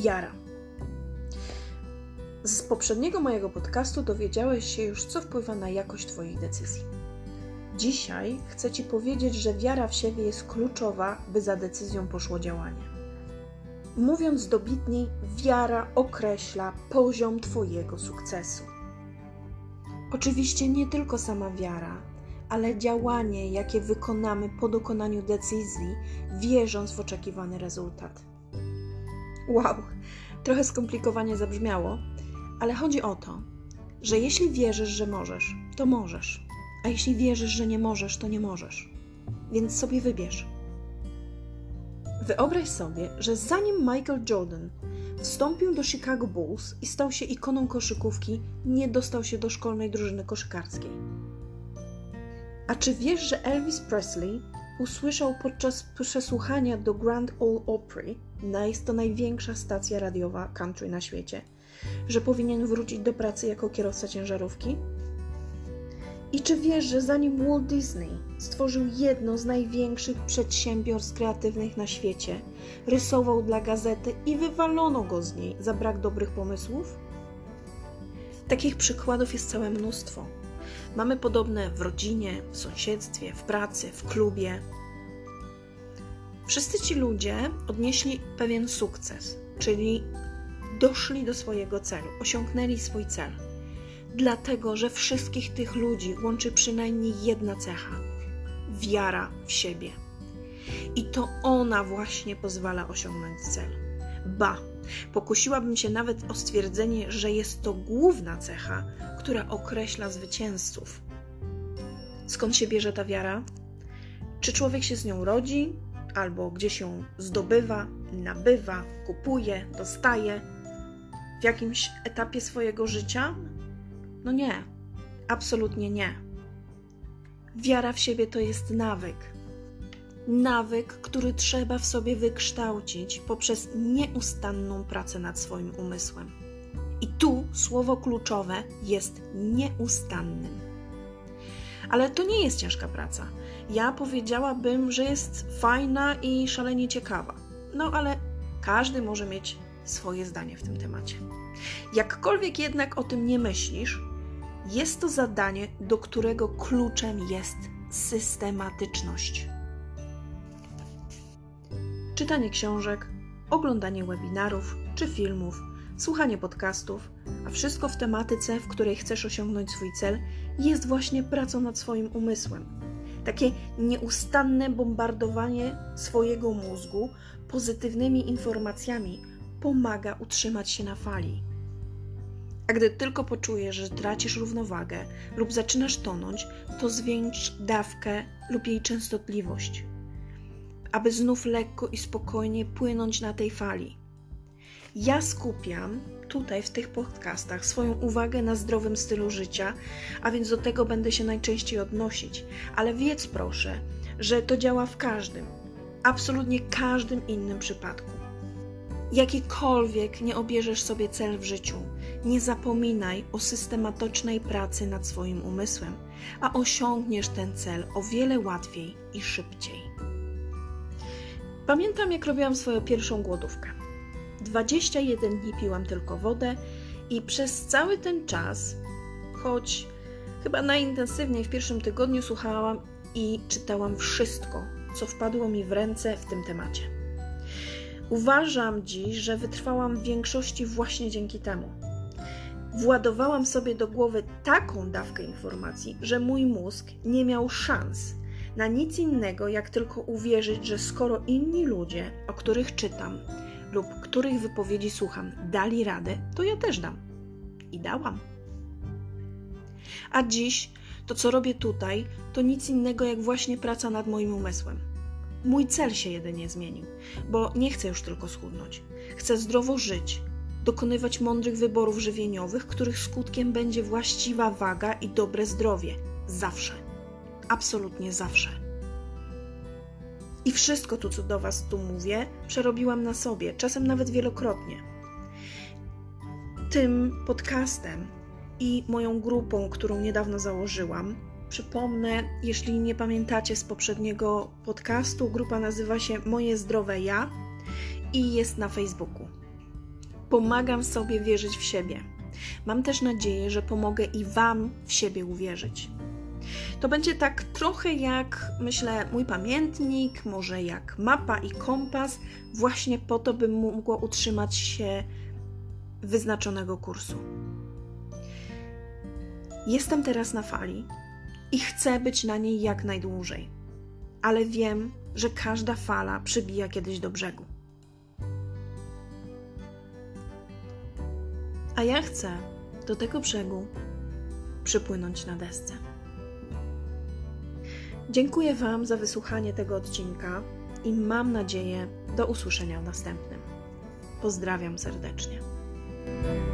Wiara. Z poprzedniego mojego podcastu dowiedziałeś się już, co wpływa na jakość Twoich decyzji. Dzisiaj chcę Ci powiedzieć, że wiara w siebie jest kluczowa, by za decyzją poszło działanie. Mówiąc dobitniej, wiara określa poziom Twojego sukcesu. Oczywiście nie tylko sama wiara, ale działanie, jakie wykonamy po dokonaniu decyzji, wierząc w oczekiwany rezultat. Wow, trochę skomplikowanie zabrzmiało, ale chodzi o to, że jeśli wierzysz, że możesz, to możesz, a jeśli wierzysz, że nie możesz, to nie możesz. Więc sobie wybierz. Wyobraź sobie, że zanim Michael Jordan wstąpił do Chicago Bulls i stał się ikoną koszykówki, nie dostał się do szkolnej drużyny koszykarskiej. A czy wiesz, że Elvis Presley usłyszał podczas przesłuchania do Grand Ole Opry, jest to największa stacja radiowa country na świecie, że powinien wrócić do pracy jako kierowca ciężarówki? I czy wiesz, że zanim Walt Disney stworzył jedno z największych przedsiębiorstw kreatywnych na świecie, rysował dla gazety i wywalono go z niej za brak dobrych pomysłów? Takich przykładów jest całe mnóstwo. Mamy podobne w rodzinie, w sąsiedztwie, w pracy, w klubie. Wszyscy ci ludzie odnieśli pewien sukces, czyli doszli do swojego celu, osiągnęli swój cel. Dlatego, że wszystkich tych ludzi łączy przynajmniej jedna cecha – wiara w siebie. I to ona właśnie pozwala osiągnąć cel. Ba, pokusiłabym się nawet o stwierdzenie, że jest to główna cecha, która określa zwycięzców. Skąd się bierze ta wiara? Czy człowiek się z nią rodzi, albo gdzieś ją zdobywa, nabywa, kupuje, dostaje w jakimś etapie swojego życia? No nie, absolutnie nie. Wiara w siebie to jest nawyk. Nawyk, który trzeba w sobie wykształcić poprzez nieustanną pracę nad swoim umysłem. I tu słowo kluczowe jest nieustannym. Ale to nie jest ciężka praca. Ja powiedziałabym, że jest fajna i szalenie ciekawa. No ale każdy może mieć swoje zdanie w tym temacie. Jakkolwiek jednak o tym nie myślisz, jest to zadanie, do którego kluczem jest systematyczność. Czytanie książek, oglądanie webinarów czy filmów, słuchanie podcastów, a wszystko w tematyce, w której chcesz osiągnąć swój cel, jest właśnie pracą nad swoim umysłem. Takie nieustanne bombardowanie swojego mózgu pozytywnymi informacjami pomaga utrzymać się na fali. A gdy tylko poczujesz, że tracisz równowagę lub zaczynasz tonąć, to zwiększ dawkę lub jej częstotliwość, aby znów lekko i spokojnie płynąć na tej fali. Ja skupiam tutaj w tych podcastach swoją uwagę na zdrowym stylu życia, a więc do tego będę się najczęściej odnosić. Ale wiedz proszę, że to działa w każdym, absolutnie każdym innym przypadku. Jakikolwiek nie obierzesz sobie cel w życiu, nie zapominaj o systematycznej pracy nad swoim umysłem, a osiągniesz ten cel o wiele łatwiej i szybciej. Pamiętam, jak robiłam swoją pierwszą głodówkę. 21 dni piłam tylko wodę i przez cały ten czas, choć chyba najintensywniej w pierwszym tygodniu, słuchałam i czytałam wszystko, co wpadło mi w ręce w tym temacie. Uważam dziś, że wytrwałam w większości właśnie dzięki temu. Władowałam sobie do głowy taką dawkę informacji, że mój mózg nie miał szans na nic innego, jak tylko uwierzyć, że skoro inni ludzie, o których czytam lub których wypowiedzi słucham, dali radę, to ja też dam. I dałam. A dziś to, co robię tutaj, to nic innego jak właśnie praca nad moim umysłem. Mój cel się jedynie zmienił, bo nie chcę już tylko schudnąć. Chcę zdrowo żyć, dokonywać mądrych wyborów żywieniowych, których skutkiem będzie właściwa waga i dobre zdrowie. Zawsze. Absolutnie zawsze. I wszystko to, co do Was tu mówię, przerobiłam na sobie, czasem nawet wielokrotnie. Tym podcastem i moją grupą, którą niedawno założyłam, przypomnę, jeśli nie pamiętacie z poprzedniego podcastu, grupa nazywa się Moje Zdrowe Ja i jest na Facebooku. Pomagam sobie wierzyć w siebie. Mam też nadzieję, że pomogę i Wam w siebie uwierzyć. To będzie tak trochę jak, myślę, mój pamiętnik, może jak mapa i kompas, właśnie po to, bym mogła utrzymać się wyznaczonego kursu. Jestem teraz na fali i chcę być na niej jak najdłużej, ale wiem, że każda fala przybija kiedyś do brzegu. A ja chcę do tego brzegu przypłynąć na desce. Dziękuję Wam za wysłuchanie tego odcinka i mam nadzieję do usłyszenia w następnym. Pozdrawiam serdecznie.